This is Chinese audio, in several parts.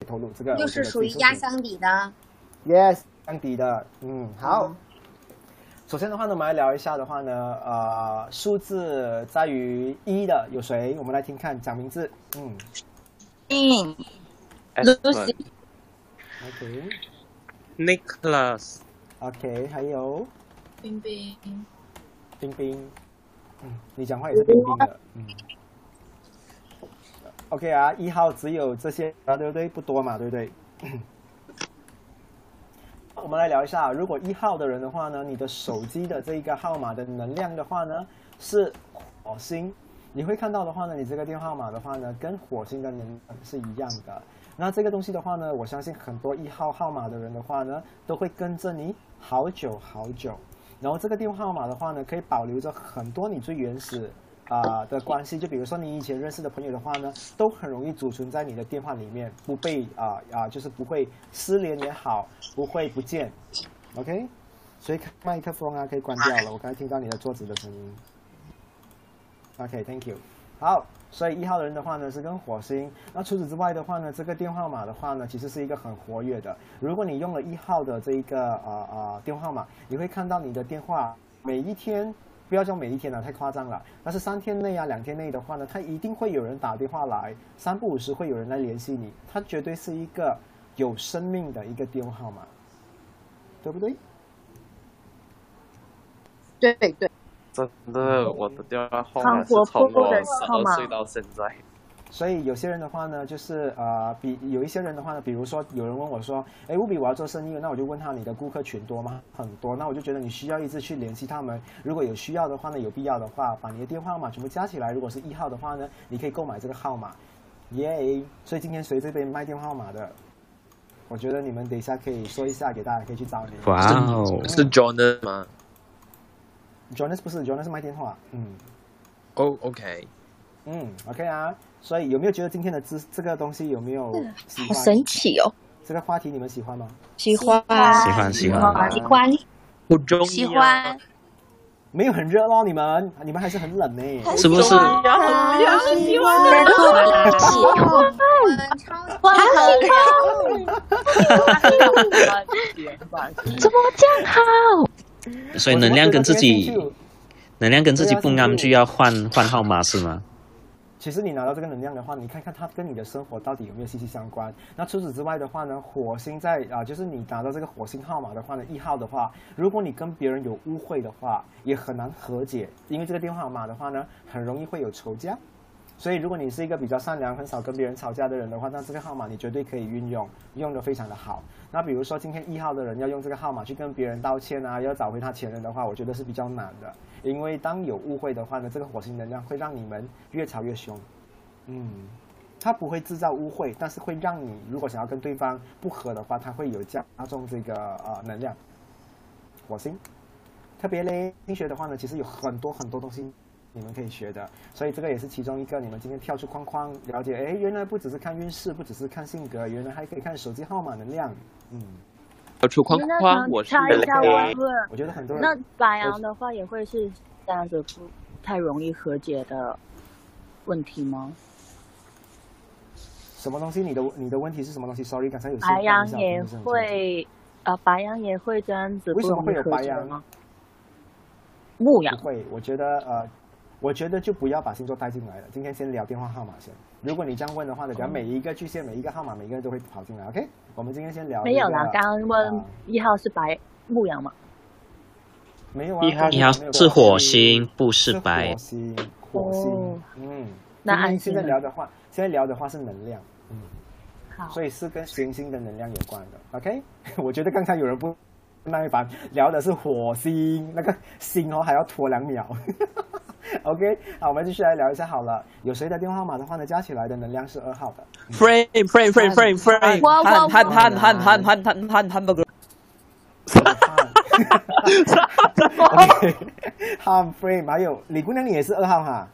投入这个， 就是属于压箱底的。 Yes， 箱底的，好。首先的话呢，我们来聊一下的话呢，数字在于1的有谁？我们来听看，讲名字。 Lucy。 OK。 Nicholas。 OK， 还有。 冰冰。 冰冰。你讲话也是冰冰的。OK 啊，1号只有这些啊，对不对？不多嘛，对不对？我们来聊一下，如果1号的人的话呢，你的手机的这一个号码的能量的话呢是火星，你会看到的话呢，你这个电话号码的话呢，跟火星的能量是一样的。那这个东西的话呢，我相信很多1号号码的人的话呢，都会跟着你好久好久。然后这个电话号码的话呢，可以保留着很多你最原始的关系，就比如说你以前认识的朋友的话呢，都很容易储存在你的电话里面，不被就是不会失联也好，不会不见 ，OK？ 所以麦克风啊可以关掉了，我刚才听到你的桌子的声音。OK，Thank you。好，所以1号的人的话呢是跟火星。那除此之外的话呢，这个电话号码的话呢，其实是一个很活跃的。如果你用了1号的这一个电话号码，你会看到你的电话每一天。不要叫每一天太夸张了。但是3天内2天内的话呢，他一定会有人打电话来，3不5时会有人来联系你，它绝对是一个有生命的一个电话号码，对不对？ 对对。 真的，我的电话号码是从我12岁到现在。 所以有些人的话呢，就是有一些人的话呢，比如说有人问我说，务比我要做生意，那我就问他你的顾客群多吗？很多，那我就觉得你需要一直去联系他们。如果有需要的话呢，有必要的话，把你的电话号码全部加起来。如果是1号的话呢，你可以购买这个号码，耶！所以今天谁这边卖电话号码的？我觉得你们等一下可以说一下，给大家可以去找你。 哇哦， 是 Jonas 吗 ？Jonas 不是 ，Jonas 卖电话。 OK。 OK 啊。所以有没有觉得今天的这个东西有没有喜欢？ 好神奇哦！ 这个话题你们喜欢吗？ 喜欢。 不中意。 喜欢。 没有很热咯，你们还是很冷呢， 是不是？ 喜欢。怎么这样好？ 所以能量跟自己不安，就要换号码是吗？ 其实你拿到这个能量的话，你看看它跟你的生活到底有没有息息相关。那除此之外的话呢，火星在就是你拿到这个火星号码的话呢，1号的话，如果你跟别人有误会的话，也很难和解，因为这个电话号码的话呢，很容易会有仇家。所以如果你是一个比较善良、很少跟别人吵架的人的话，那这个号码你绝对可以运用，用得非常的好。那比如说今天1号的人要用这个号码去跟别人道歉啊，要找回他前任的话，我觉得是比较难的。因为当有误会的话呢，这个火星能量会让你们越吵越凶。它不会制造误会，但是会让你如果想要跟对方不和的话，它会有加重这个能量。火星特别嘞，心学的话呢，其实有很多很多东西你们可以学的，所以这个也是其中一个你们今天跳出框框了解，原来不只是看运势，不只是看性格，原来还可以看手机号码能量。 跳出框框，我是插一下我觉得很多人那白羊的话也会是这样子不太容易和解的问题吗？ 什么东西？你的问题是什么东西 ？Sorry， 刚才有白羊也会白羊也会这样子， 为什么会有白羊吗？牧羊不会，我觉得就不要把星座带进来了。今天先聊电话号码先。如果你这样问的话呢，讲每一个巨蟹每一个号码，每个人都会跑进来。OK， 我们今天先聊。 没有啦，刚刚问1号是牧羊嘛？ 没有啊 ，1号是火星，不是白。 火星，那现在聊的话是能量， 好， 所以是跟行星的能量有关的。OK， 我觉得刚才有人不耐烦，聊的是火星，那个星还要拖2秒。OK， 好，我们继续来聊一下好了。有谁的电话号码的话呢？加起来的能量是2号的。 Frame， 汉堡哥。 OK， 汉 frame， 还有李姑娘，你也是2号哈？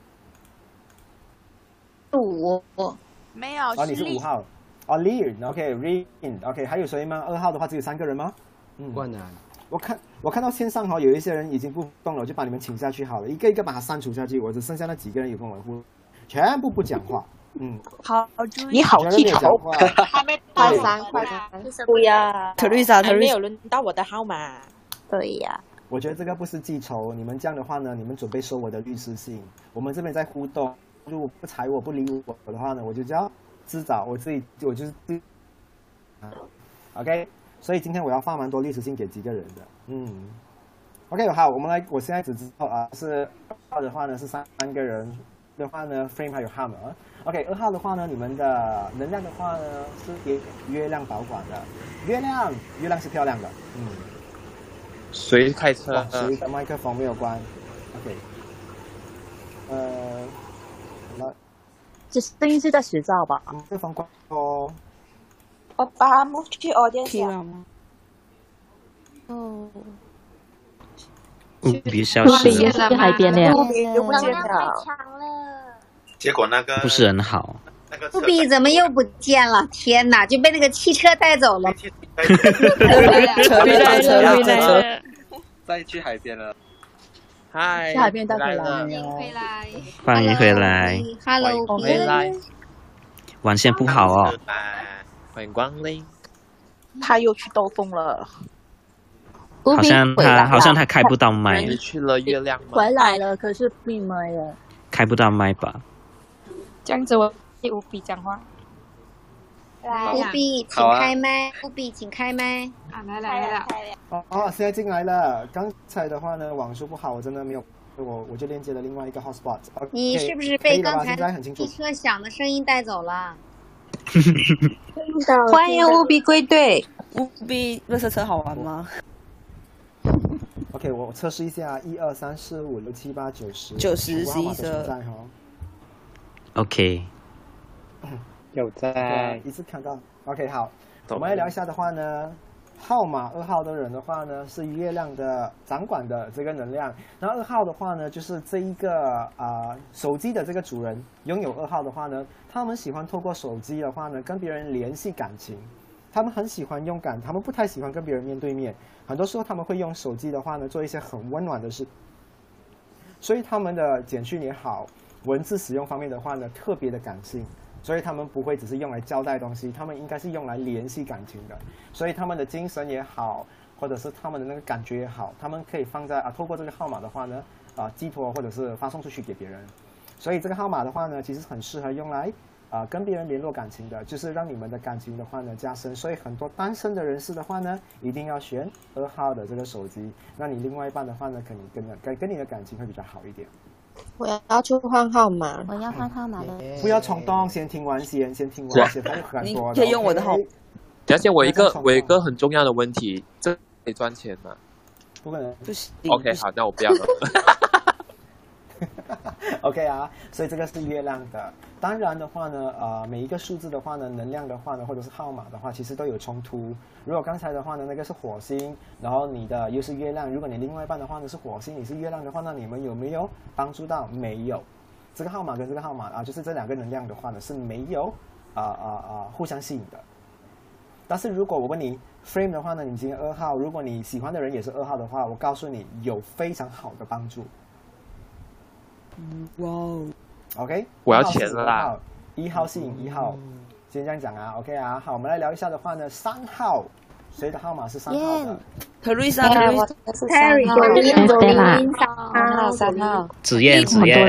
我没有。 你是5号。Leon，OK，Rein，OK， 还有谁吗？2号的话只有3个人吗？ 冠南。 我看到线上有一些人已经不动了，我就把你们请下去好了，一个一个把它删除下去。我只剩下那几个人有跟我互动，全部不讲话。 好， 你好记仇。 还没快三， 不呀，特丽莎， 没有轮到我的号码。 对呀。 我觉得这个不是记仇，你们这样的话呢，你们准备收我的律师信。我们这边在互动，如果不睬我不理我的话呢，我就叫自找，我就是自己。OK， 所以今天我要发蛮多律师信给几个人的。OK， 好，我现在只知道是2号的话呢是3个人的话呢 ，Frame 还有 Hammer。OK， 2号的话呢，你们的能量的话呢是给月亮保管的。月亮是漂亮的。 谁开车？ 谁的麦克风没有关 ？OK。 这声音是在实照吧？ 麦克风关哦。 我把目去audience。 务必消失了。 去海边了。 又不见了。 结果那个不是很好。 务必怎么又不见了？天哪，就被那个汽车带走了。 车回来了。 再去海边了。 去海边带回来了。 欢迎回来。 Hello， 回来。 网线不好哦。 欢迎光临。 他又去兜风了。 好像他开不到麦。 你去了月亮吗？ 回来了，可是闭麦了。 开不到麦吧？ 这样子我替务必讲话。 务必请开麦，务必请开麦。 来了。 现在进来了。刚才的话呢，网速不好，我真的没有，我就连接了另外一个 hotspot。 你是不是被刚才汽车响的声音带走了？ 欢迎务必归队。 务必热车好玩吗 ？OK， 我测试一下，1、2、3、4、5、6、7、8、9、10。 90、11、12。 OK。 有在。 一次看到。OK， 好，我们来聊一下的话呢，号码2号的人的话呢，是月亮的掌管的这个能量。然后2号的话呢，就是这一个手机的这个主人拥有2号的话呢，他们喜欢透过手机的话呢，跟别人联系感情。他们很喜欢他们不太喜欢跟别人面对面。很多时候他们会用手机的话呢，做一些很温暖的事。所以他们的简讯也好，文字使用方面的话呢，特别的感性。所以他们不会只是用来交代东西，他们应该是用来联系感情的。所以他们的精神也好，或者是他们的那个感觉也好，他们可以放在透过这个号码的话呢，寄托或者是发送出去给别人。所以这个号码的话呢，其实很适合用来跟别人联络感情的，就是让你们的感情的话呢加深。所以很多单身的人士的话呢，一定要选2号的这个手机，那你另外一半的话呢，可能跟你的感情会比较好一点。 我要去换号码。 我要换号码了。 不要冲动，先听完先，还有很多的。 你可以用我的号。 而且我一个很重要的问题，这可以赚钱吗？ 不可能。 不行。 OK， 好，那我不要了。 OK 所以这个是月亮的。当然的话呢，每一个数字的话呢，能量的话呢，或者是号码的话，其实都有冲突。如果刚才的话呢，那个是火星，然后你的又是月亮，如果你另外一半的话呢是火星，你是月亮的话，那你们有没有帮助到？没有。这个号码跟这个号码就是这2个能量的话呢是没有互相吸引的。但是如果我问你 Frame 的话呢，你今天2号，如果你喜欢的人也是2号的话，我告诉你有非常好的帮助。 哇哦 ，OK， 我要钱了啦 ！1号吸引1号，先这样讲OK 好，我们来聊一下的话呢，3号，谁的号码是3号的？ 特瑞莎 ，3号， 紫燕，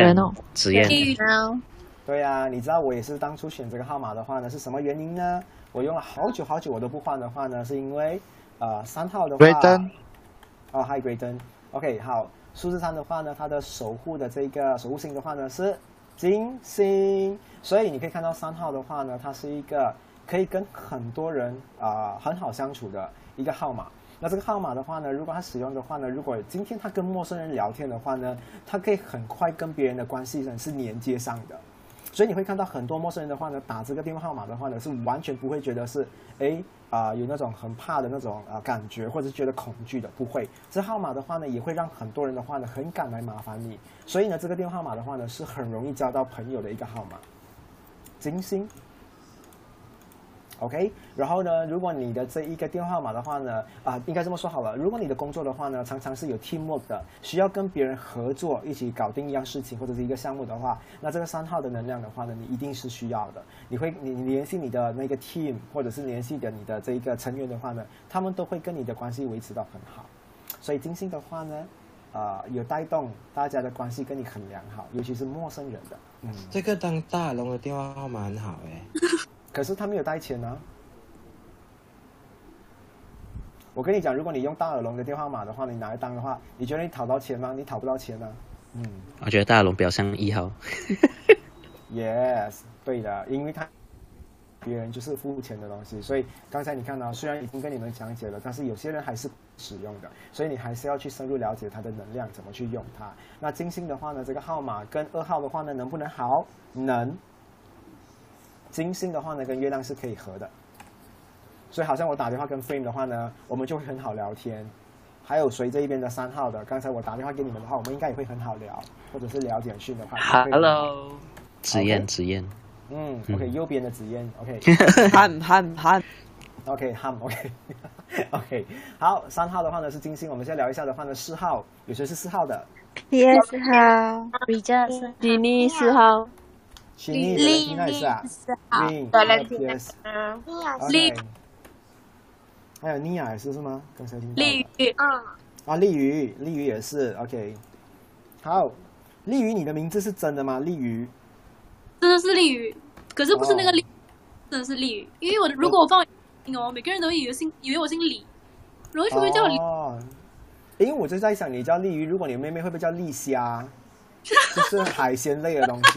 对啊，你知道我也是当初选这个号码的话呢，是什么原因呢？我用了好久我都不换的话呢，是因为3号的话，Hi Graydon，OK 好。数字3的话呢，它的守护的这个守护星的话呢是金星，所以你可以看到3号的话呢，它是一个可以跟很多人很好相处的一个号码。那这个号码的话呢，如果他使用的话呢，如果今天他跟陌生人聊天的话呢，他可以很快跟别人的关系是连接上的。所以你会看到很多陌生人的话呢，打这个电话号码的话呢，是完全不会觉得是有那种很怕的那种感觉，或者是觉得恐惧的，不会。这号码的话呢，也会让很多人的话呢很敢来麻烦你。所以呢，这个电话号码的话呢，是很容易交到朋友的一个号码。金星 OK， 然后呢，如果你的这一个电话号码的话呢，应该这么说好了，如果你的工作的话呢，常常是有 teamwork 的，需要跟别人合作，一起搞定一样事情或者是一个项目的话，那这个3号的能量的话呢，你一定是需要的。你联系你的那个 team， 或者是联系你的这一个成员的话呢，他们都会跟你的关系维持到很好。所以金星的话呢，有带动大家的关系跟你很良好，尤其是陌生人的。 这个当大耳龙的电话号码很好可是他没有带钱啊。我跟你讲，如果你用大耳龙的电话号码的话，你拿来当的话，你觉得你讨到钱吗？你讨不到钱啊。 我觉得大耳龙比较像1号。 Yes， 对的，因为别人就是付钱的东西，所以刚才你看到，虽然已经跟你们讲解了，但是有些人还是使用的，所以你还是要去深入了解它的能量，怎么去用它。那金星的话呢，这个号码跟2号的话呢，能不能好？能。金星的话呢，跟月亮是可以合的，所以好像我打电话跟 Frame 的话呢，我们就会很好聊天。还有谁这一边的3号的，刚才我打电话给你们的话，我们应该也会很好聊，或者是聊简讯的话。 Hello， 紫燕。 OK， 右边的紫燕 ，OK。 ham。 OK， ham OK， 好，3号的话呢是金星，我们先聊一下的话呢，4号，有谁是4号的 ？4号，比较是吉尼4号。 丽应该是啊，丽 ，Yes， 丽， 还有妮亚也是吗？刚才听到。 丽宇， 丽宇也是 ，OK。好，丽宇，你的名字是真的吗？丽宇， 真的是丽宇，可是不是那个丽，真的是丽宇，因为如果我放每个人都以为我姓李，然后就会叫李。 因为我就在想，你叫丽宇，如果你妹妹会不会叫丽虾？就是海鲜类的东西。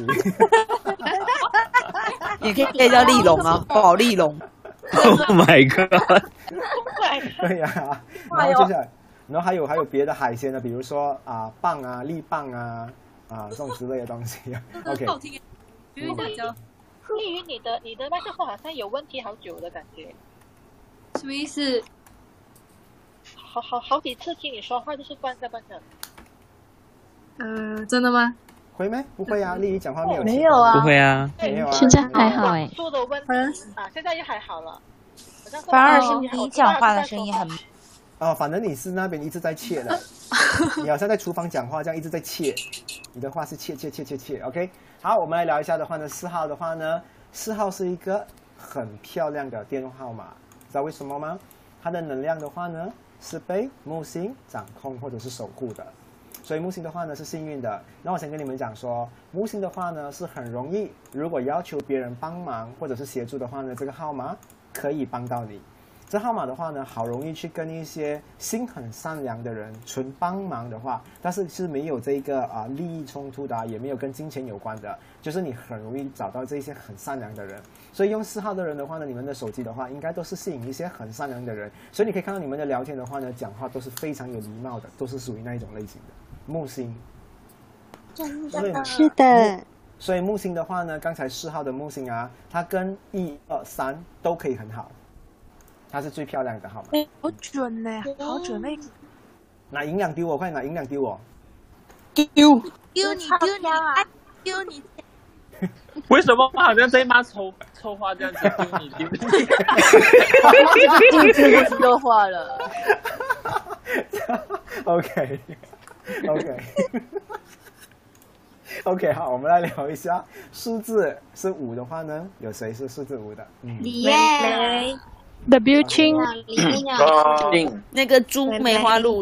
也可以叫丽龙啊，宝丽龙。 Oh my god！ 对呀，然后接下来，然后还有别的海鲜的，比如说蚌啊、丽蚌啊这种之类的东西。OK。 好听，因为大家。 丽宇，你的麦克风好像有问题，好久的感觉。 什么意思？ 好几次听你说话就是关着。 真的吗？ 会吗？不会啊，丽宇讲话没有啊， 不会啊， 没有啊， 现在还好哎。 说的问题现在又还好了。 反而是你讲话的声音很。 反正你是那边一直在切的，你好像在厨房讲话这样一直在切，你的话是切。OK， 好，我们来聊一下的话呢，4号的话呢，4号是一个很漂亮的电话号码，知道为什么吗？它的能量的话呢是被木星掌控或者是守护的。所以木星的话呢是幸运的。那我想跟你们讲说，木星的话呢是很容易，如果要求别人帮忙或者是协助的话呢，这个号码可以帮到你。这号码的话呢，好容易去跟一些心很善良的人纯帮忙的话，但是是没有这个利益冲突的，也没有跟金钱有关的，就是你很容易找到这些很善良的人。所以用4号的人的话呢，你们的手机的话，应该都是吸引一些很善良的人。所以你可以看到你们的聊天的话呢，讲话都是非常有礼貌的，都是属于那一种类型的。木星， 是的。 所以木星的话呢，刚才4号的木星啊，它跟1、2、3都可以很好，它是最漂亮的号码。 好准呢，好准呢。 拿银两丢我，快拿银两丢我。 丢你！ 为什么好像在骂臭话这样子？丢你！ 不是说话了。 OK， 好，我们来聊一下数字是5的话呢，有谁是数字5的？ 李耶 W 青， 那个朱梅花鹿。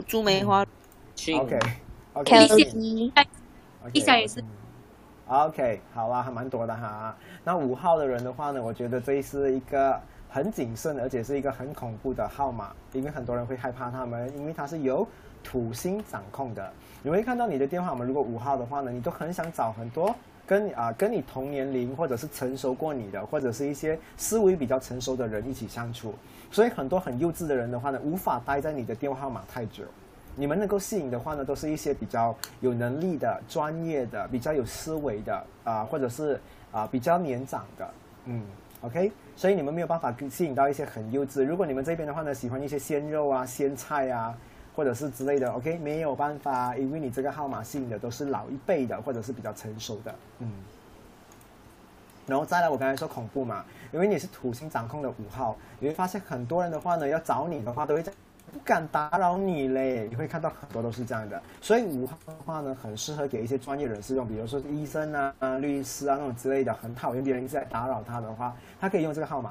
一下也是。 OK， 好啊，还蛮多的哈。那5号的人的话呢，我觉得这是一个很谨慎，而且是一个很恐怖的号码，因为很多人会害怕他们，因为它是由土星掌控的。你会看到你的电话号码，如果5号的话呢，你都很想找很多跟你同年龄或者是成熟过你的，或者是一些思维比较成熟的人一起相处。所以很多很幼稚的人的话呢，无法待在你的电话号码太久。你们能够吸引的话呢，都是一些比较有能力的、专业的、比较有思维的或者是比较年长的。OK， 所以你们没有办法吸引到一些很幼稚。如果你们这边的话呢，喜欢一些鲜肉啊、鲜菜啊，或者是之类的 ，OK， 没有办法，因为你这个号码吸引的都是老一辈的，或者是比较成熟的。 然后再来，我刚才说恐怖嘛，因为你是土星掌控的5号，你会发现很多人的话呢，要找你的话都会不敢打扰你嘞，你会看到很多都是这样的。所以5号的话呢，很适合给一些专业人士用，比如说医生啊、律师啊那种之类的，很讨厌别人一直在打扰他的话，他可以用这个号码。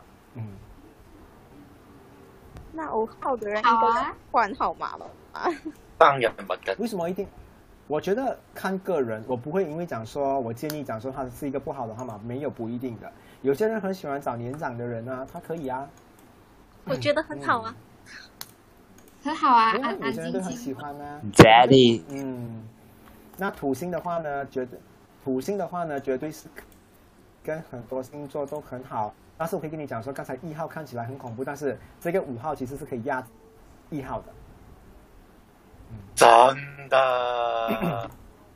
那5号的人应该换号码了啊？ 当然不敢。 为什么一定？我觉得看个人，我不会因为讲说，我建议讲说它是一个不好的号码，没有不一定的。有些人很喜欢找年长的人啊，他可以啊。 我觉得很好啊， 很好啊， 有些人都很喜欢啊。 Daddy。 那土星的话呢，绝对是跟很多星座都很好。但是我可以跟你讲说，刚才1号看起来很恐怖，但是这个5号其实是可以压1号的。 真的。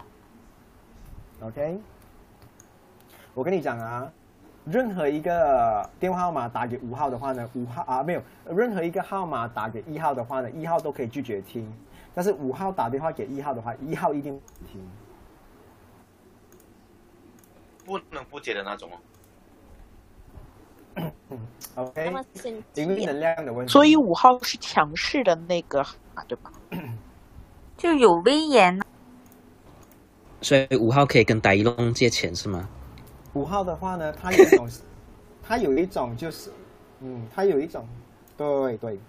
OK， 我跟你讲啊，任何一个电话号码打给5号的话呢，5号啊没有，任何一个号码打给1号的话呢，1号都可以拒绝听，但是5号打电话给1号的话，1号一定听， 不能不接的那种哦。 OK， 因为能量的问题。 所以5号是强势的那个，对吧？ 就有威严。 所以5号可以跟呆龙借钱是吗 ？5号的话呢，他有一种就是，他有一种，对。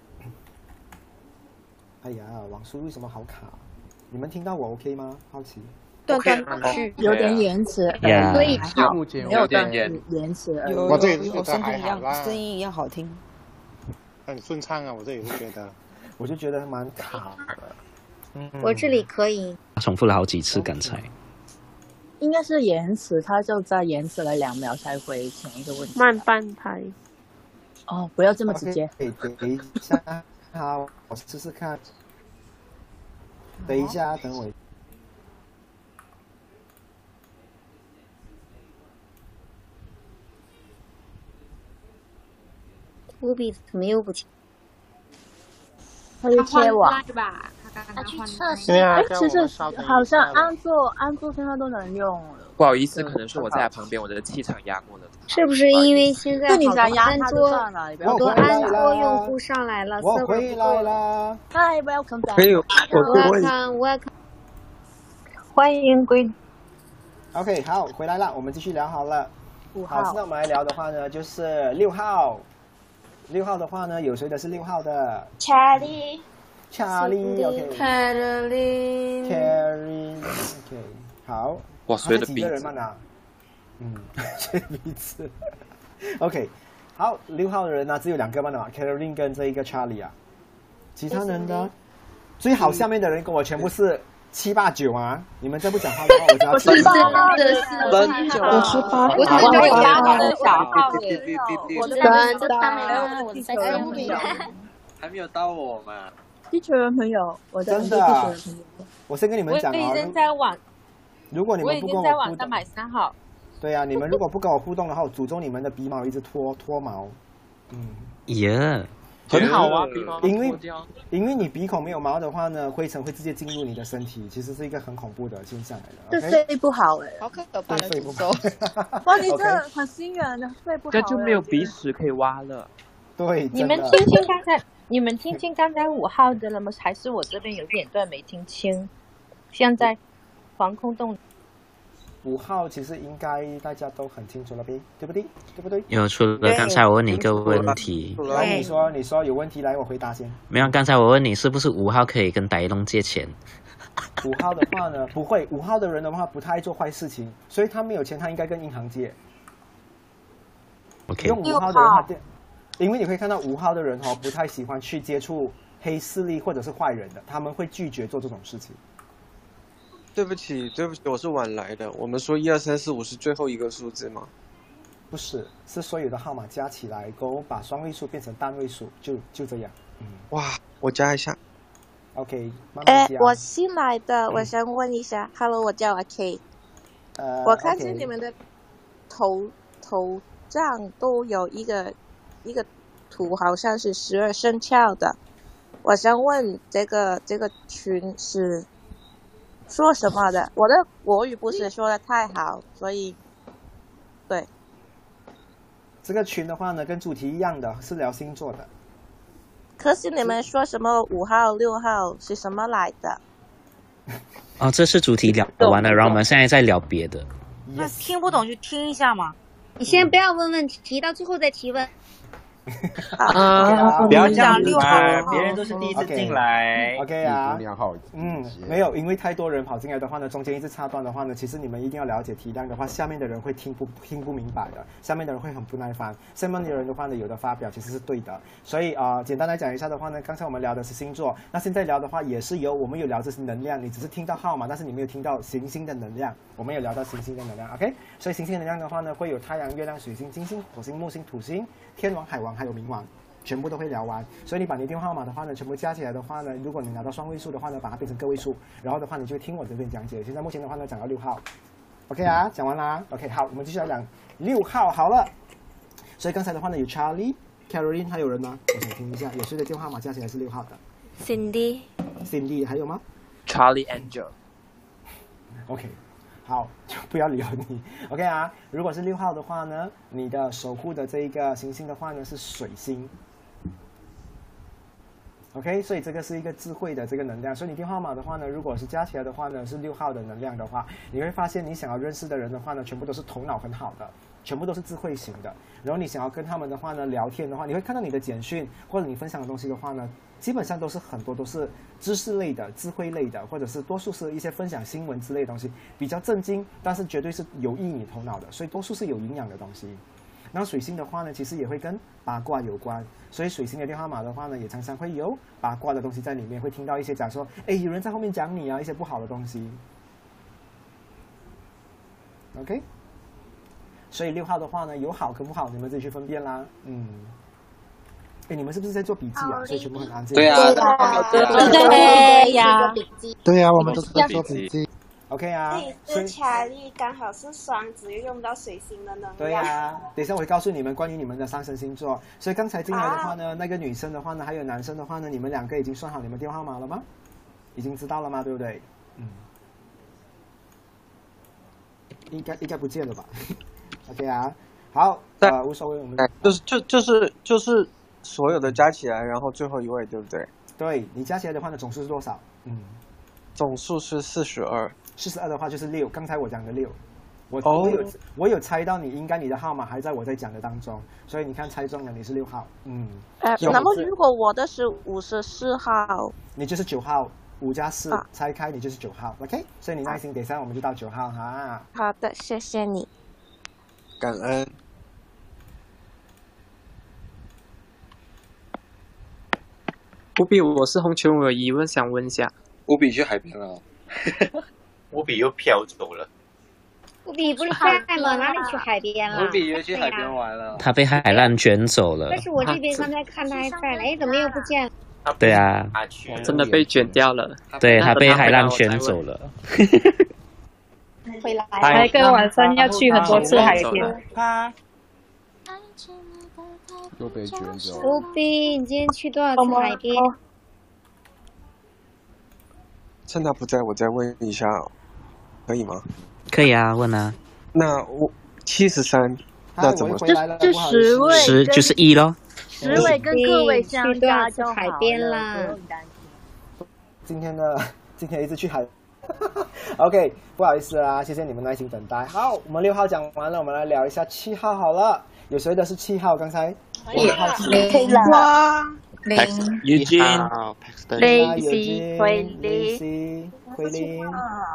哎呀，网速为什么好卡？你们听到我 OK 吗？好奇。 断有点延迟，所以没有断延迟。 我这里觉得还好啦， 声音一样好听， 很顺畅啊。我这里是觉得， 我就觉得蛮卡的。 我这里可以。 重复了好几次，刚才。 应该是延迟，他就在延迟了2秒才回前一个问题。 慢半拍。 哦，不要这么直接。 等一下，好，我试试看。等一下，等我。 乌比怎么又不听？ 他就切网吧，他去测试。其实好像安卓现在都能用了。 不好意思，可能是我在旁边，我的气场压过了。 是不是因为现在好多好多安卓用户上来了？ 我回来了。 Hi, welcome back. Welcome. 欢迎归。 OK， 好，回来了，我们继续聊好了。好，现在我们来聊的话呢，就是6号。6号的话呢，有谁的是6号的 ？Charlie， OK， Caroline， OK， 好。 哇，谁的鼻子？ 几个人嘛？谁的鼻子 ？OK， 好，6号的人呢，只有2个嘛的嘛 ，Caroline 跟这一个 Charlie 啊，其他人呢，最好下面的人跟我全部是7、8、9啊！你们再不讲话的话，我就要 7、8、9， 我是8号，我是被压的小号的， 我真的， 还没有到我嘛。 地球人朋友，我真的，我先跟你们讲啊，如果你们不跟我互动， 买3号。 对啊，你们如果不跟我互动的话，我诅咒你们的鼻毛一直脱毛。 耶。 很好啊，鼻毛因为你鼻孔没有毛的话呢，灰尘会直接进入你的身体，其实是一个很恐怖的现象来的。 这肺不好哎， 好可怕的诅咒。 哇，你这很心远的肺不好。 这就没有鼻屎可以挖了。 对， 你们听清刚才5号的了吗？还是我这边有点断没听清？现在防空洞。 5号其实应该大家都很清楚了呗，对不对？ 有，除了刚才我问你一个问题， 来你说有问题，来我回答先。 没有，刚才我问你是不是5号可以跟呆龙借钱 ？5号的话呢，不会。5号的人的话不太爱做坏事情，所以他没有钱，他应该跟银行借。 OK。 用5号的人，因为你会看到5号的人不太喜欢去接触黑势力或者是坏人的，他们会拒绝做这种事情。 对不起，我是晚来的。我们说1、2、3、4、5是最后一个数字吗？ 不是，是所有的号码加起来，然后把双位数变成单位数，就这样。 哇，我加一下。 OK， 慢慢加。 我新来的，我想问一下，Hello， 我叫阿 K。我看见你们的头像都有一个图，好像是12生肖的。我想问这个群是说什么的？我的国语不是说的太好，所以对这个群的话呢，跟主题一样的，是聊星座的。 可是你们说什么5号、6号是什么来的？ 哦，这是主题聊完了，然后我们现在在聊别的。 那听不懂就听一下嘛。 你先不要问问题，到最后再提问。 不要这样子嘛，别人都是第一次进来。 OK 啊，没有，因为太多人跑进来的话呢，中间一直插断的话呢，其实你们一定要了解体谅的话，下面的人会听不明白的，下面的人会很不耐烦，下面的人的话呢，有的发表其实是对的，所以简单来讲一下的话呢，刚才我们聊的是星座，那现在聊的话也是我们有聊这是能量，你只是听到号码，但是你没有听到行星的能量，我们有聊到行星的能量 ，OK， 所以行星的能量的话呢，会有太阳、月亮、水星、金星、火星、木星、土星、天王、海王还有冥王。全部都会聊完，所以你把你的电话号码的话呢，全部加起来的话呢，如果你拿到双位数的话呢，把它变成个位数，然后的话你就听我这边讲解。现在目前的话呢，讲到6号 ，OK 啊，讲完啦 ，OK 好，我们继续来讲6号好了。所以刚才的话呢，有 Charlie、Caroline 还有人吗？我想听一下，有谁的电话号码加起来是6号的 ？Cindy 还有吗 ？Charlie Angel。OK。 好，就不要理你 ，OK 啊。如果是6号的话呢，你的守护的这一个行星的话呢是水星 ，OK， 所以这个是一个智慧的这个能量。所以你电话号码的话呢，如果是加起来的话呢是6号的能量的话，你会发现你想要认识的人的话呢，全部都是头脑很好的，全部都是智慧型的。然后你想要跟他们的话呢聊天的话，你会看到你的简讯或者你分享的东西的话呢，基本上都是很多都是知识类的、智慧类的，或者是多数是一些分享新闻之类的东西，比较震惊，但是绝对是有益你头脑的，所以多数是有营养的东西。然后水星的话呢，其实也会跟八卦有关，所以水星的电话号码的话呢，也常常会有八卦的东西在里面，会听到一些讲说，哎，有人在后面讲你啊，一些不好的东西。OK。所以6号的话呢，有好跟不好，你们自己去分辨啦。哎，你们是不是在做笔记啊？所以全部很安静。 对啊， 对呀， 对呀，我们都是在做笔记。 OK 啊。 是查理刚好是双子，又用到水星的能量。 对啊，等一下我会告诉你们关于你们的上升星座。所以刚才进来的话呢，那个女生的话呢，还有男生的话呢，你们2个已经算好你们电话号码了吗？已经知道了吗？对不对？应该不见了吧？OK 啊，好，无所谓，我们就是所有的加起来，然后最后一位，对不对？ 对，你加起来的话呢，总数是多少？ 总数是42。 42的话就是6，刚才我讲的6。我有猜到你的号码还在我在讲的当中，所以你看猜中了，你是6号。 那么如果我的是54号， 你就是9号，5加4拆开你就是9号 ，OK？ 所以你耐心，等一下我们就到9号哈。 好的，谢谢你。 感恩。 乌比，我是红球，我有疑问想问一下。 乌比去海边了，乌比又飘走了。 乌比不是在吗？哪里去海边了？ 乌比约去海边玩了。 他被海浪卷走了。 但是我这边刚才看他还在呢，哎，怎么又不见了？ 对啊， 真的被卷掉了。 对，他被海浪卷走了。 回来。 下一个晚上要去很多次海边。 又被卷走。 乌比，你今天去多少次海边？ 趁他不在，我再问一下，可以吗？ 可以啊，问啊。 那我73，那怎么？ 就10位 ，10就是1咯。 10位跟各位相加就海边啦。 今天一直去海。OK， 不好意思啊，谢谢你们耐心等待。好，我们6号讲完了，我们来聊一下7号好了。有谁的是7号？刚才 0 Lazy 慧玲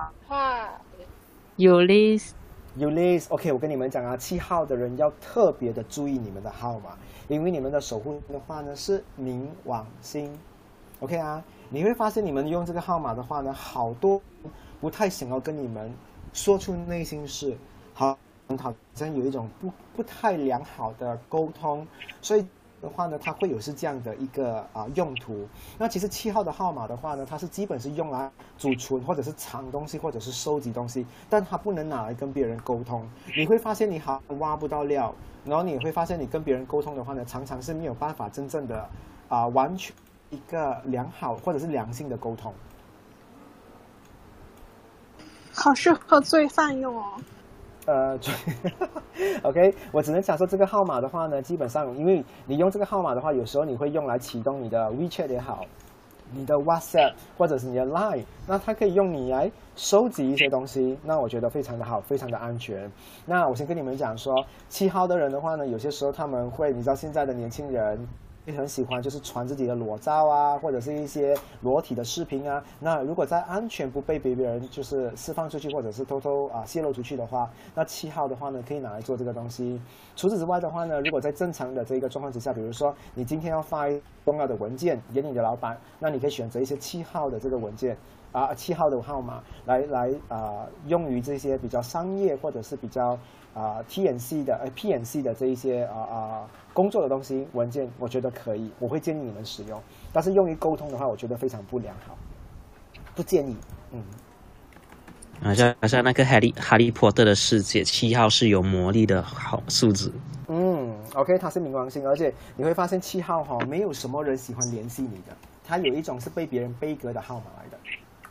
，Ulyss。OK， 我跟你们讲啊，7号的人要特别的注意你们的号码，因为你们的守护的话呢是冥王星。OK 啊，你会发现你们用这个号码的话呢，好多不太想要跟你们说出内心事，好像有一种不太良好的沟通，所以的话呢，它会有是这样的一个用途。那其实7号的号码的话呢，它是基本是用来储存或者是藏东西或者是收集东西，但它不能拿来跟别人沟通。你会发现你好挖不到料，然后你会发现你跟别人沟通的话呢，常常是没有办法真正的完全一个良好或者是良性的沟通。 好适合罪犯用哦。 OK， 我只能讲说这个号码的话呢，基本上因为你用这个号码的话，有时候你会用来启动你的 WeChat 也好，你的 WhatsApp 或者是你的 Line， 那它可以用你来收集一些东西，那我觉得非常的好，非常的安全。那我先跟你们讲说，7号的人的话呢，有些时候他们会，你知道现在的年轻人也很喜欢就是传自己的裸照啊，或者是一些裸体的视频啊。那如果在安全不被别人就是释放出去，或者是偷偷泄露出去的话，那7号的话呢可以拿来做这个东西。除此之外的话呢，如果在正常的这个状况之下，比如说你今天要发重要的文件给你的老板，那你可以选择一些7号的这个文件7号的号码来用于这些比较商业或者是比较PNC 的这一些工作的东西文件，我觉得可以，我会建议你们使用。但是用于沟通的话，我觉得非常不良好，不建议。 好像那个哈利波特的世界，7号是有魔力的好数字。 OK， 它是冥王星，而且你会发现7号没有什么人喜欢联系你的，它有一种是被别人背格的号码来的。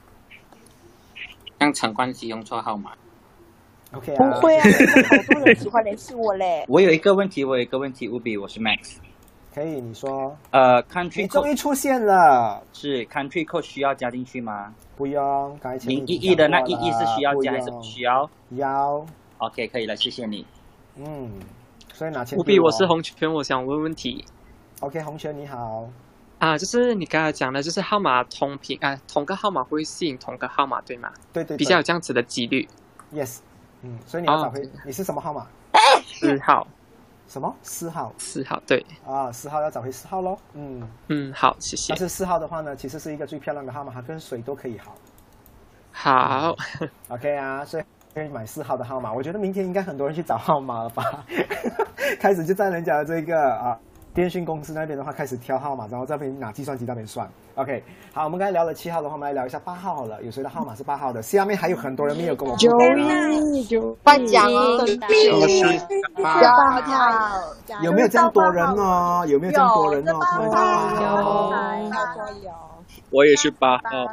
像陈冠希用错号码。 OK 不会啊，好多人喜欢联系我嘞。 我有一个问题，Ubi，我是 Max。 可以，你说。 country 你终于出现了。 是 country code 需要加进去吗？ 不用，刚才前面 011的那11是需要加还是不需要？ 要。 OK， 可以了，谢谢你。 所以拿钱。 Ubi，我是洪泉，我想问问题。 OK， 洪泉你好。 就是你刚才讲的，就是号码同频同个号码会吸引同个号码，对吗？ 对， 比较有这样子的几率。 Yes， 所以你要找回，你是什么号码 ？4号。 什么？4号 ？4号，对。 4号要找回4号咯。 好，谢谢。 但是4号的话呢，其实是一个最漂亮的号码，它跟水都可以好。 好。 OK 所以可以买4号的号码。我觉得明天应该很多人去找号码了吧？开始就在人家的这个电讯公司那边的话开始挑号码，然后这边拿计算机那边算。OK， 好，我们刚才聊了7号的话，我们来聊一下8号好了。有谁的号码是8号的？下面还有很多人没有跟我互动。 颁奖哦 ，8号，有没有这样多人呢？有没有这样多人呢？ 有， 我也是8号。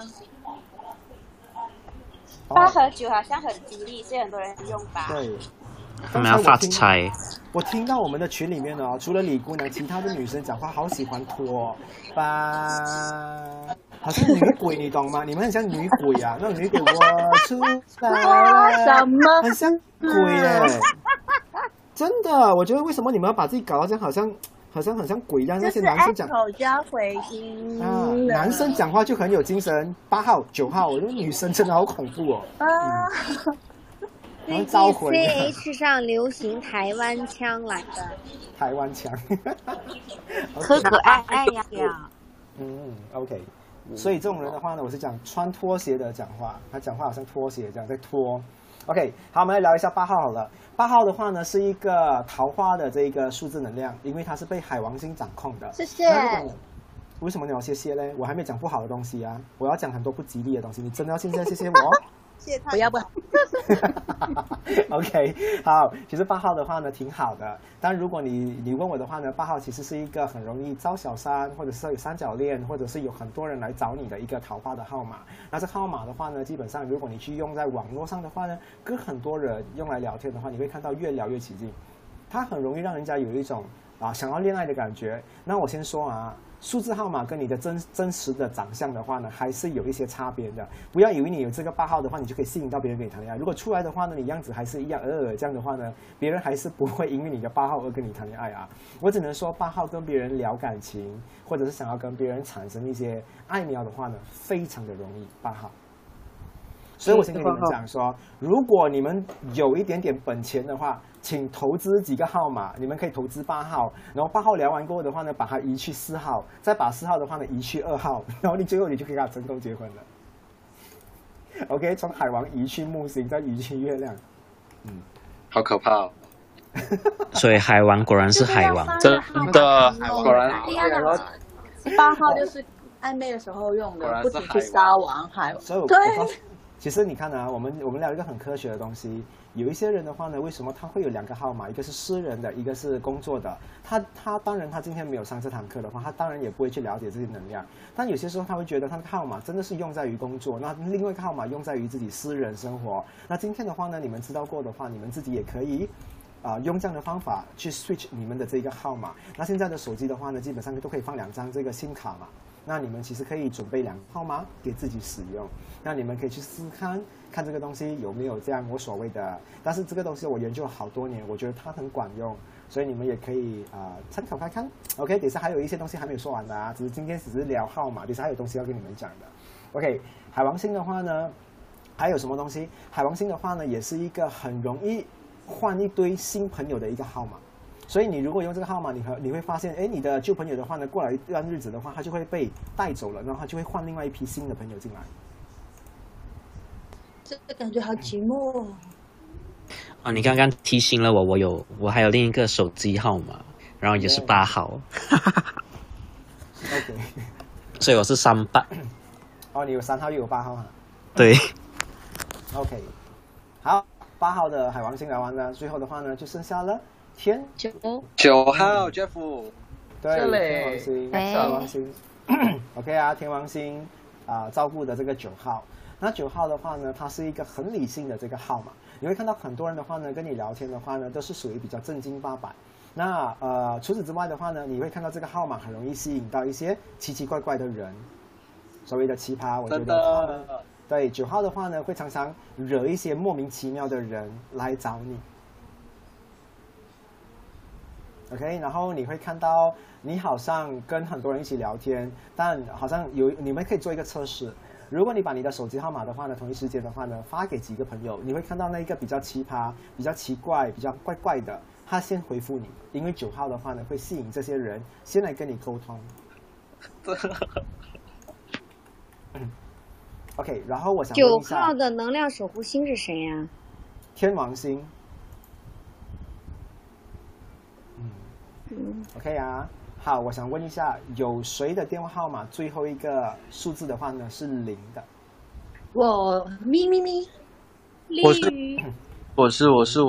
8和9好像很吉利，所以很多人用吧。 对。 他们要发财。 我听到我们的群里面哦，除了李姑娘，其他的女生讲话好喜欢拖吧，好像女鬼，你懂吗？你们很像女鬼啊，那种女鬼我出来， 什么？ 很像鬼耶，真的，我觉得为什么你们要把自己搞到这样，好像很像鬼一样？那些男生讲口加回音男生讲话就很有精神。8号、9号，我觉得女生真的好恐怖哦。 最近 CH 上流行台湾腔来的， 台湾腔， 可爱爱呀。 OK， 所以这种人的话呢，我是讲穿拖鞋的讲话，他讲话好像拖鞋这样在拖。OK， 好，我们来聊一下8号好了。8号的话呢，是一个桃花的这个数字能量，因为它是被海王星掌控的。 谢谢。 为什么你要谢谢嘞？我还没讲不好的东西啊，我要讲很多不吉利的东西，你真的要现在谢谢我？ 谢谢他。不要。 OK， 好，其实8号的话呢挺好的，但如果你问我的话呢，8号其实是一个很容易招小三，或者是有三角恋，或者是有很多人来找你的一个桃花的号码。那这号码的话呢，基本上如果你去用在网络上的话呢，跟很多人用来聊天的话，你会看到越聊越起劲，它很容易让人家有一种想要恋爱的感觉。那我先说数字号码跟你的真实的长相的话呢，还是有一些差别的。不要以为你有这个8号的话，你就可以吸引到别人跟你谈恋爱。如果出来的话呢，你样子还是一样这样的话呢，别人还是不会因为你的8号而跟你谈恋爱啊。我只能说8号跟别人聊感情，或者是想要跟别人产生一些爱苗的话呢，非常的容易8号。所以我先跟你们讲说，如果你们有一点点本钱的话，请投资几个号码，你们可以投资8号，然后8号聊完过后的话呢，把它移去4号，再把4号的话呢移去2号，然后最后你就可以跟他成功结婚了。OK， 从海王移去木星，再移去月亮， 好可怕哦。 所以海王果然是海王， 真的， 果然。 8号就是暧昧的时候用的，不仅是撒网海王。 对。 其实你看啊，我们聊一个很科学的东西。有一些人的话呢，为什么他会有2个号码？一个是私人的，一个是工作的。他当然他今天没有上这堂课的话，他当然也不会去了解这些能量。但有些时候他会觉得他的号码真的是用在于工作，那另外一个号码用在于自己私人生活。那今天的话呢，你们知道过的话，你们自己也可以用这样的方法去 switch 你们的这个号码。那现在的手机的话呢，基本上都可以放2张这个 SIM 卡嘛。那你们其实可以准备2个号码给自己使用，那你们可以去试看这个东西有没有这样我所谓的，但是这个东西我研究了好多年，我觉得它很管用，所以你们也可以参考看看。OK， 等一下还有一些东西还没有说完的啊，今天只是聊号码，等一下还有东西要跟你们讲的。OK， 海王星的话呢，还有什么东西？海王星的话呢，也是一个很容易换一堆新朋友的一个号码。所以你如果用这个号码，你会发现，你的旧朋友的话呢，过了一段日子的话，他就会被带走了，然后他就会换另外一批新的朋友进来。 这个感觉好寂寞哦。你刚刚提醒了我还有另一个手机号码，然后也是8号。 OK。 所以我是38。 哦，你有3号又有8号哈。 对。 OK， 好，8号的海王星聊完了，最后的话呢，就剩下了。天 9号 Jeff， 对，天王星，天王星，OK 啊，天王星照顾的这个9号。那9号的话呢，它是一个很理性的这个号码。你会看到很多人的话呢，跟你聊天的话呢，都是属于比较正经八百。那除此之外的话呢，你会看到这个号码很容易吸引到一些奇奇怪怪的人，所谓的奇葩。我觉得他们对9号的话呢，会常常惹一些莫名其妙的人来找你。OK， 然后你会看到你好像跟很多人一起聊天，但好像你们可以做一个测试。如果你把你的手机号码的话呢，同一时间的话呢，发给几个朋友，你会看到那一个比较奇葩、比较奇怪、比较怪怪的，他先回复你，因为9号的话呢，会吸引这些人先来跟你沟通。OK， 然后我想问一下 9号的能量守护星是谁呀？ 天王星。OK 啊，好，我想问一下，有谁的电话号码最后一个数字的话呢是0的？ 我咪， 我是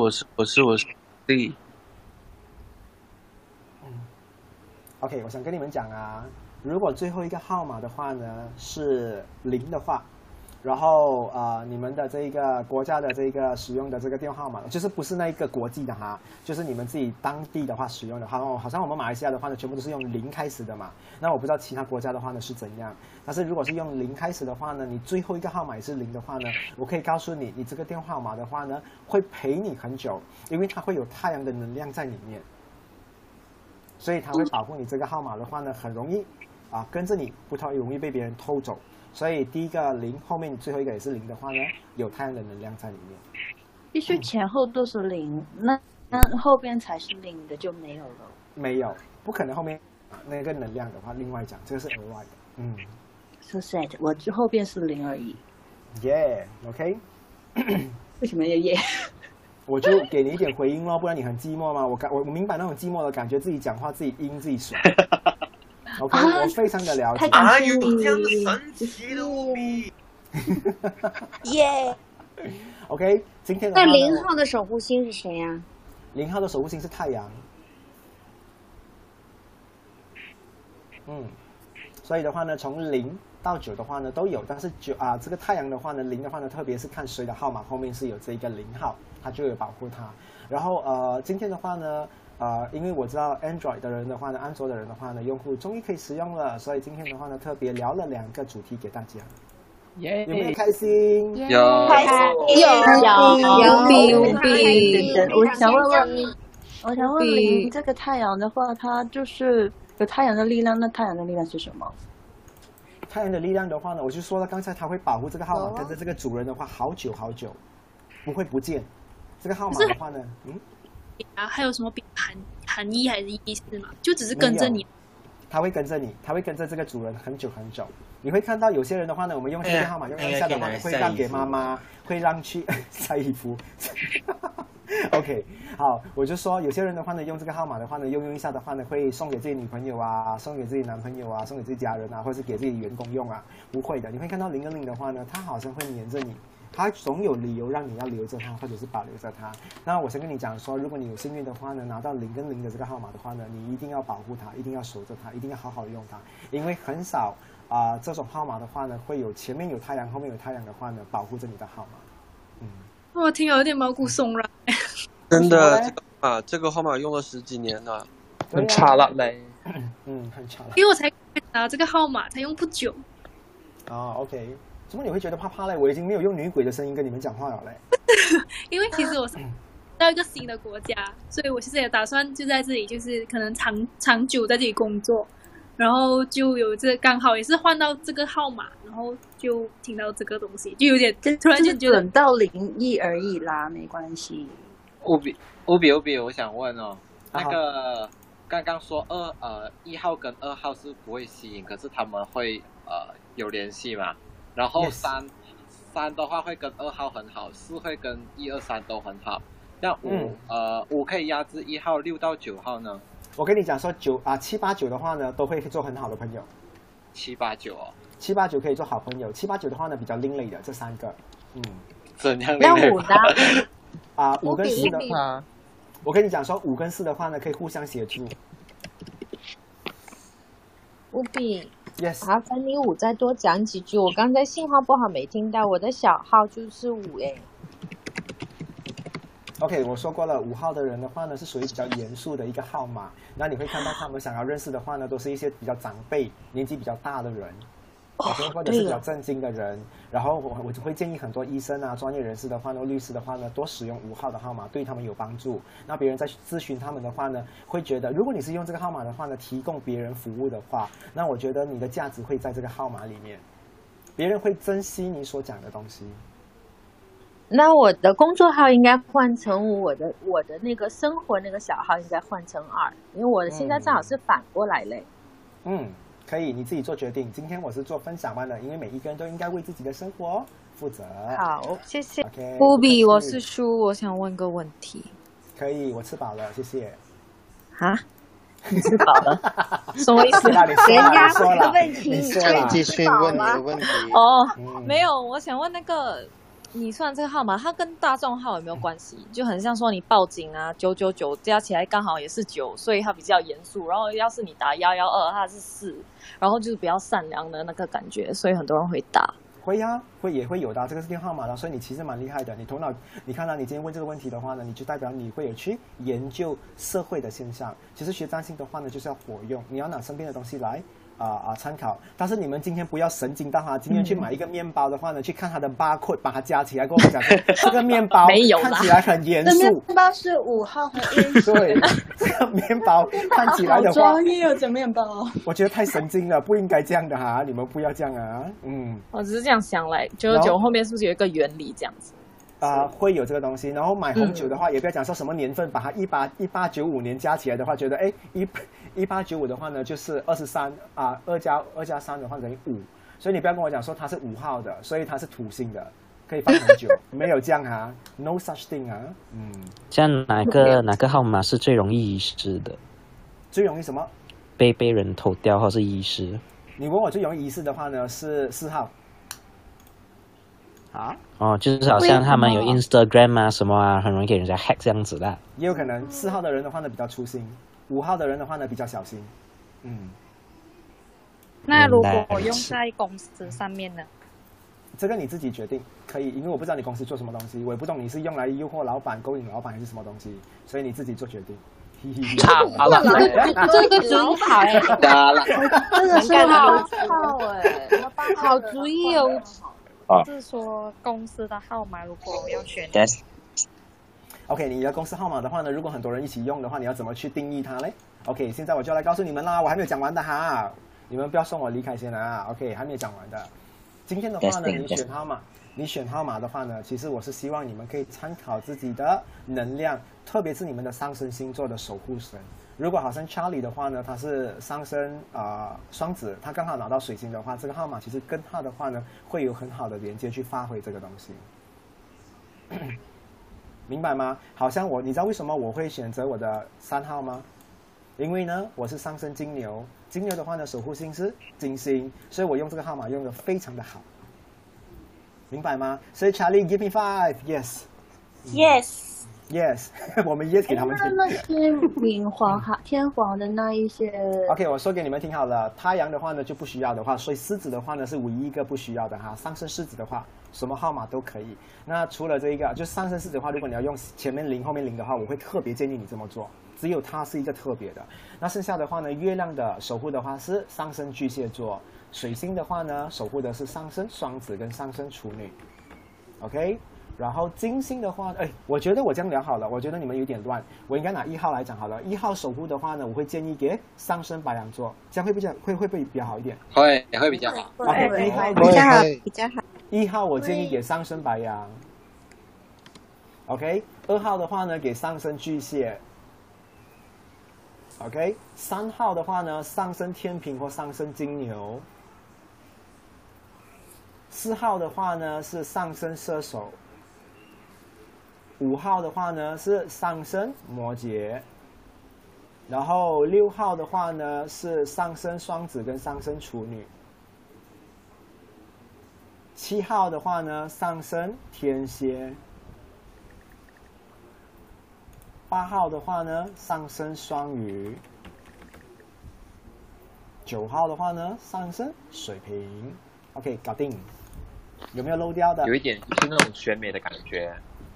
OK， 我想跟你们讲啊，如果最后一个号码的话呢是0的话，然后你们的这个国家的这个使用的这个电话号码，就是不是那一个国际的哈，就是你们自己当地的话使用的，好像我们马来西亚的话呢，全部都是用0开始的嘛。那我不知道其他国家的话呢是怎样，但是如果是用0开始的话呢，你最后一个号码也是0的话呢，我可以告诉你，你这个电话号码的话呢，会陪你很久，因为它会有太阳的能量在里面，所以它会保护你这个号码的话呢，很容易跟着你，不太容易被别人偷走。所以第一个0，后面最后一个也是0的话呢，有太阳的能量在里面。 必须前后都是0，那后边才是0的就没有了。 没有，不可能后面那个能量的话，另外讲，这个是额外的。 So sad， 我后边是0而已。 OK。 为什么要耶？ 我就给你一点回应咯，不然你很寂寞吗？我明白那种寂寞的感觉，自己讲话自己阴自己爽。OK， 我非常的了解。 有这样神奇的物品。 耶。 OK， 今天的话那0号的守护星是谁呀 ？0号的守护星是太阳。所以的话呢，从0到9的话呢都有，但是这个太阳的话呢，0的话呢，特别是看谁的号码后面是有这个0号，它就有保护它。然后今天的话呢。因为我知道 Android 的人的话呢，安卓的人的话呢，用户终于可以使用了，所以今天的话呢，特别聊了2个主题给大家。有没有开心？ 有， 开心，有。 我想问你，这个太阳的话，它就是有太阳的力量，那太阳的力量是什么？ 太阳的力量的话呢，我就说了，刚才它会保护这个号码，跟着这个主人的话，好久好久，不会不见。这个号码的话呢， 还有什么含义还是意思吗？就只是跟着你。 他会跟着你，他会跟着这个主人很久很久。你会看到有些人的话呢，我们用这个号码用一下的话，会让给妈妈，会让去晒衣服。OK， 好，我就说有些人的话呢，用这个号码的话呢，用一下的话呢，会送给自己女朋友啊，送给自己男朋友啊，送给自己家人啊，或者是给自己员工用啊，不会的。你会看到0跟0的话呢，他好像会黏着你， 他总有理由让你要留着它，或者是保留着它。那我先跟你讲说，如果你有幸运的话呢，拿到0跟0的这个号码的话呢，你一定要保护它，一定要守着它，一定要好好用它，因为很少这种号码的话呢，会有前面有太阳，后面有太阳的话呢，保护着你的号码。 我听有点毛骨悚然。 真的，这个号码用了10几年了， 很差了嘞。 很差了。 因为我才拿这个号码，才用不久。 OK。怎么你会觉得怕怕嘞？我已经没有用女鬼的声音跟你们讲话了嘞。 因为其实我是到一个新的国家，所以我其实也打算就在这里，就是可能长久在这里工作，然后就有刚好也是换到这个号码，然后就听到这个东西，就有点突然间觉得准到01而已啦，没关系。 乌比，我想问哦，那个刚刚说1号跟2号是不会吸引，可是他们会有联系嘛？然后3的话会跟2号很好，4会跟1、2、3都很好。那5可以压制1号，6到9号呢？ 我跟你讲说7、8、9的话呢，都会做很好的朋友。 7、8、9哦。 7、8、9可以做好朋友，7、8、9的话呢比较另类的这3个。 怎样另类？ 那5跟4的话，我跟你讲说5跟4的话呢可以互相协助。 务必。 Yes， 麻烦你5再多讲几句，我刚才信号不好没听到，我的小号就是5 OK， 我说过了，5号的人的话呢是属于比较严肃的一个号码，那你会看到他们想要认识的话呢，都是一些比较长辈、年纪比较大的人。或者是比较正经的人，然后我会建议很多医生专业人士的话呢，律师的话呢，多使用5号的号码，对他们有帮助。那别人在咨询他们的话呢，会觉得如果你是用这个号码的话呢，提供别人服务的话，那我觉得你的价值会在这个号码里面，别人会珍惜你所讲的东西。 那我的工作号应该换成我的那个生活那个小号应该换成2，因为我的现在正好是反过来嘞。 可以，你自己做决定。今天我是做分享班的，因为每一个人都应该为自己的生活负责。 好，谢谢。 乌比，我是叔，我想问个问题。 可以，我吃饱了，谢谢。 你吃饱了？什么意思？ 人家问的问题， 你继续问你的问题。 没有，我想问那个。你算这个号码，它跟大众号有没有关系？就很像说你报警999加起来刚好也是9，所以它比较严肃。然后要是你打112，它是4，然后就是比较善良的那个感觉，所以很多人会打。 会也会有的，这个是电话号码的，所以你其实蛮厉害的。你头脑，你看到你今天问这个问题的话呢，你就代表你会有去研究社会的现象。其实学占星的话呢，就是要活用，你要拿身边的东西来。参考，但是你们今天不要神经到今天去买一个面包的话呢，去看它的 barcode， 把它加起来，跟我讲这个面包看起来很严肃。 面包是5号和1。 对，这个面包看起来的话， 好专业哦，这面包。 我觉得太神经了，不应该这样的你们不要这样我只是这样想来，999后面是不是有一个原理这样子？ 会有这个东西，然后买红酒的话，也不要讲说什么年份，把它1895年加起来的话，觉得1895的话呢，就是232加3的话等于5，所以你不要跟我讲说它是5号的，所以它是土星的，可以放很久，没有这样no such thing 这样哪个号码是最容易遗失的？ 最容易什么？ 被人偷掉或是遗失？ 你问我最容易遗失的话呢，是4号。 就是好像他们有 Instagram 什么很容易给人家 hack 这样子的。 也有可能4号的人的话呢比较粗心，5号的人的话呢比较小心。 那如果我用在公司上面呢？ 这个你自己决定，可以，因为我不知道你公司做什么东西，我也不懂你是用来诱惑老板、勾引老板还是什么东西，所以你自己做决定。 好了， 这个主意好真的是好主意哦。 是说公司的号码，如果要选 ，OK， 你的公司号码的话呢，如果很多人一起用的话，你要怎么去定义它嘞 ？OK， 现在我就来告诉你们啦，我还没有讲完的你们不要送我离开先OK， 还没有讲完的。今天的话呢，你选号码的话呢，其实我是希望你们可以参考自己的能量，特别是你们的上升星座的守护神。如果好像 Charlie 的话呢，他是上升双子，他刚好拿到水星的话，这个号码其实跟他的话呢会有很好的连接去发挥这个东西，明白吗？好像你知道为什么我会选择我的3号吗？因为呢我是上升金牛，金牛的话呢守护星是金星，所以我用这个号码用的非常的好。 明白吗？所以 Charlie give me 5 yes 我们 yes 给他们听。 那些明黄天黄的那一些 OK 我说给你们听好了，太阳的话呢就不需要的话，所以狮子的话呢是唯一一个不需要的哈。上升狮子的话什么号码都可以，那除了这一个就是上升狮子的话，如果你要用前面0后面0的话，我会特别建议你这么做，只有它是一个特别的。那剩下的话呢，月亮的守护的话是上升巨蟹座，水星的话呢守护的是上升双子跟上升处女 OK， 然后金星的话我觉得我这样聊好了，我觉得你们有点乱，我应该拿1号来讲好了。1号守护的话呢，我会建议给上升白羊座，这样会不会比较好一点？ 会比较好。 OK 1号比较好。 1号我建议给上升白羊 OK， 2号的话呢给上升巨蟹 OK， 3号的话呢上升天秤或上升金牛， 4号的话呢是上升射手，5号的话呢是上升摩羯，然后6号的话呢是上升双子跟上升处女，7号的话呢上升天蝎，8号的话呢上升双鱼，9号的话呢上升水瓶。 OK 搞定，有没有漏掉的？ 有一点是那种选美的感觉。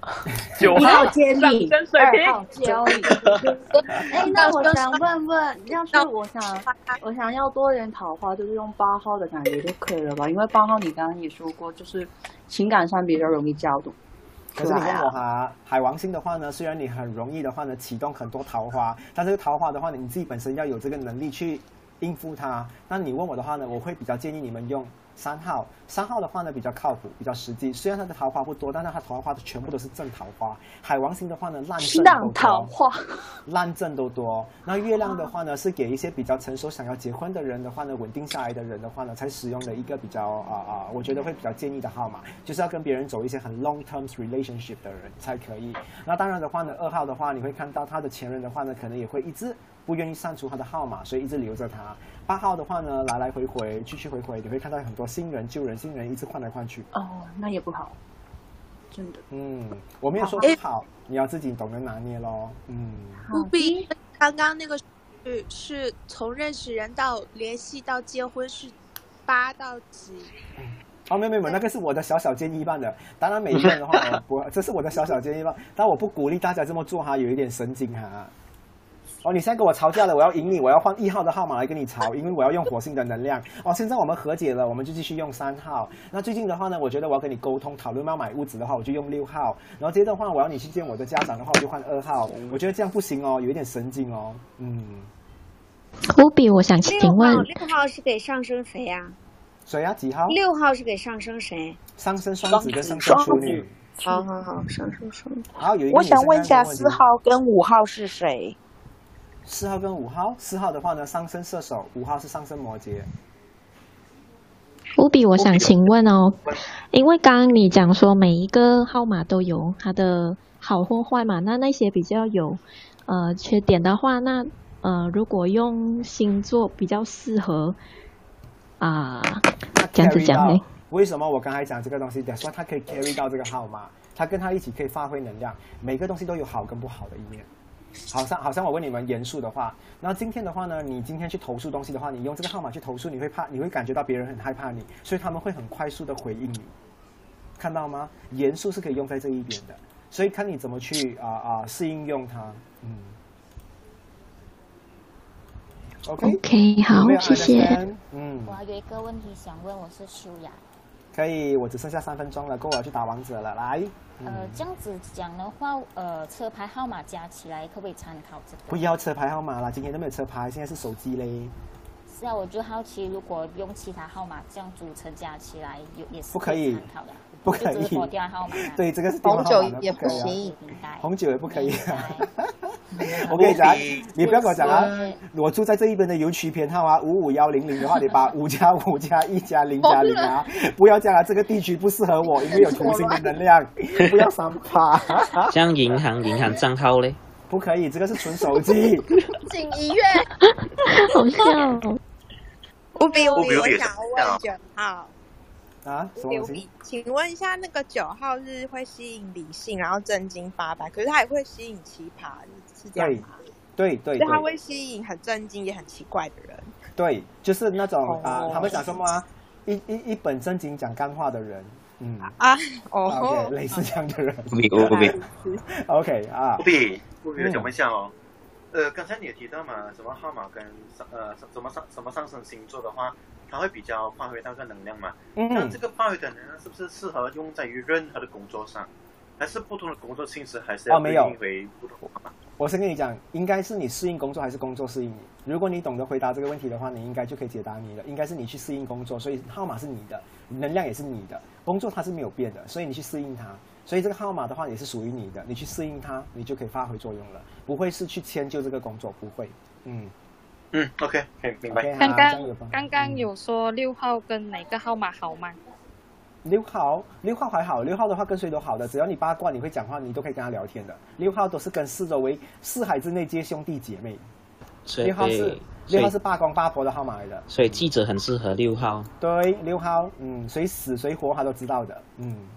9号接力 2 号焦虑。那我想问问，要是我想要多点桃花，就是用8号的感觉就可以了吧？因为8号你刚刚也说过，就是情感上比较容易交动。 可是你问我哈，海王星的话呢，虽然你很容易的话呢启动很多桃花，但是桃花的话呢，你自己本身要有这个能力去应付它。那你问我的话呢，我会比较建议你们用3号，3号的话呢比较靠谱，比较实际。虽然它的桃花不多，但是它桃花全部都是正桃花。海王星的话呢，烂正都多， 桃花烂正都多。那月亮的话呢，是给一些比较成熟、想要结婚的人的话呢，稳定下来的人的话呢，才使用的一个比较我觉得会比较建议的号码，就是要跟别人走一些很 long term relationship 的人才可以。那当然的话呢，2号的话，你会看到他的前任的话呢，可能也会一直不愿意删除他的号码，所以一直留着他。8号的话呢，来来回回，去去回回，你会看到很多新人、旧人、新人一直换来换去。 哦，那也不好，真的。 我没有说不好，你要自己懂得拿捏咯。 不必，刚刚那个是从认识人到联系到结婚是8到几？ 没有，那个是我的小小建议办的。当然每一个人的话，这是我的小小建议办，但我不鼓励大家这么做哈，有一点神经哈。你现在跟我吵架了，我要赢你，我要换1号的号码来跟你吵，因为我要用火星的能量。现在我们和解了，我们就继续用3号。那最近的话呢，我觉得我要跟你沟通讨论要买屋子的话，我就用6号。然后接着的话，我要你去见我的家长的话，我就换2号。我觉得这样不行哦，有一点神经哦。 乌比，我想请问 6号是给上升谁啊？ 谁啊？几号 ？6号是给上升谁？ 上升双子跟上升处女。 好，上升双子。 好，有一个我想问一下，4号跟5号是谁 ？4号跟5号，4号的话呢，上升射手，5号是上升摩羯。 乌比，我想请问哦，因为刚刚你讲说每一个号码都有它的好或坏嘛，那些比较有缺点的话，那如果用星座比较适合这样子讲呢？ 为什么我刚才讲这个东西？说它可以 carry 到这个号码，它跟它一起可以发挥能量。每个东西都有好跟不好的一面。好像我问你们严肃的话，那今天的话呢，你今天去投诉东西的话，你用这个号码去投诉，你会感觉到别人很害怕你，所以他们会很快速的回应你，看到吗？严肃是可以用在这一边的，所以看你怎么去适应用它。 OK， 好，谢谢。 我还有一个问题想问，我是舒雅。 可以，我只剩下3分钟了，够我要去打王者了，来。 这样子讲的话，车牌号码加起来可不可以参考这个？ 不要车牌号码啦，今天都没有车牌，现在是手机嘞。 是啊，我就好奇，如果用其他号码这样组成加起来，也是不可以参考的。 不可以。 就电话号码。 对，这个是电话号码。 红酒也不行， 红酒也不可以。我跟你讲，你不要跟我讲啊！我住在这一边的邮区编号啊，55100的话，你把5+5+1+0+0啊，不要这样啊！这个地区不适合我，因为有土星的能量，不要3%。 像银行账号嘞？ 不可以，这个是纯手机。 进医院。 好笑。 乌比，我想问9号。 啊，什么东西？ 请问一下，那个9号是会吸引理性，然后正经八百，可是他也会吸引奇葩，是这样吗？ 对， 所以他会吸引很正经也很奇怪的人。 对，就是那种他们讲什么啊？一本正经讲干话的人。OK， 类似这样的人。OK 啊。 不比，我想问一下哦。刚才你也提到嘛，什么号码跟什么上升星座的话，它会比较发挥到个能量嘛。那这个发挥的能量是不是适合用在于任何的工作上，还是不同的工作性质，还是要对应回不同号码？ 我先跟你讲，应该是你适应工作，还是工作适应你？如果你懂得回答这个问题的话，你应该就可以解答你了。应该是你去适应工作，所以号码是你的，能量也是你的，工作它是没有变的，所以你去适应它。所以这个号码的话也是属于你的，你去适应它，你就可以发挥作用了，不会是去迁就这个工作，不会。 OK， 明白。 刚刚有说6号跟哪个号码好吗 ？6号还好，6号的话跟谁都好的，只要你八卦，你会讲话，你都可以跟他聊天的。6号都是跟4周围4海之内皆兄弟姐妹。6号是八公八婆的号码来的， 所以记者很适合6号。 对，6号，谁死谁活他都知道的，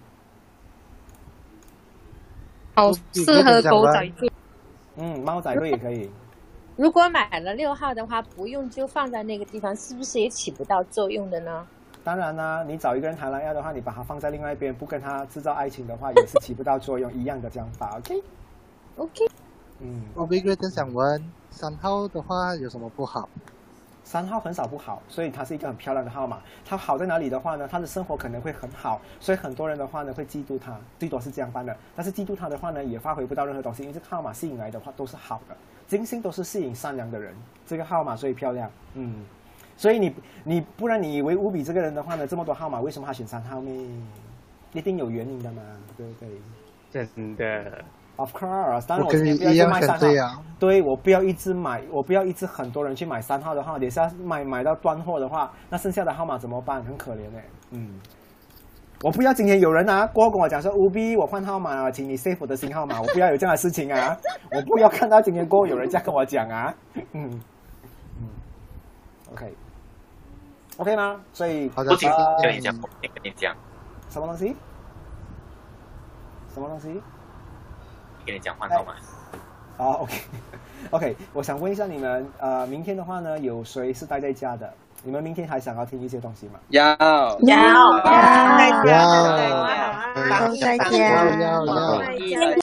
好适合狗仔队。 猫仔队也可以。 如果买了6号的话，不用就放在那个地方，是不是也起不到作用的呢？ 当然啦，你找一个人谈恋爱的话，你把它放在另外一边，不跟他制造爱情的话，也是起不到作用，一样的讲法。OK。 我Big Red想问，3号的话有什么不好 ？3号很少不好，所以它是一个很漂亮的号码。它好在哪里的话呢？他的生活可能会很好，所以很多人的话呢会嫉妒他，最多是这样办的。但是嫉妒他的话呢，也发挥不到任何东西，因为这个号码吸引来的话都是好的，金星都是吸引善良的人，这个号码所以漂亮。所以你不然你以为乌比这个人的话呢，这么多号码，为什么他选3号呢？一定有原因的嘛，对不对？ 真的。 Of course， 当然我今天不要去卖3号，对，我不要一直买，我不要一直很多人去买3号的话，等下买到断货的话，那剩下的号码怎么办？很可怜我不要今天有人过后跟我讲说乌比我换号码，请你 save 我的新号码，我不要有这样的事情啊，我不要看到今天过后有人这样跟我讲啊OK 吗？所以不仅跟你讲，我跟你讲什么东西？ 跟你讲换号码。 OK， 我想问一下你们，明天的话呢，有谁是待在家的？你们明天还想要听一些东西吗？ 要在家。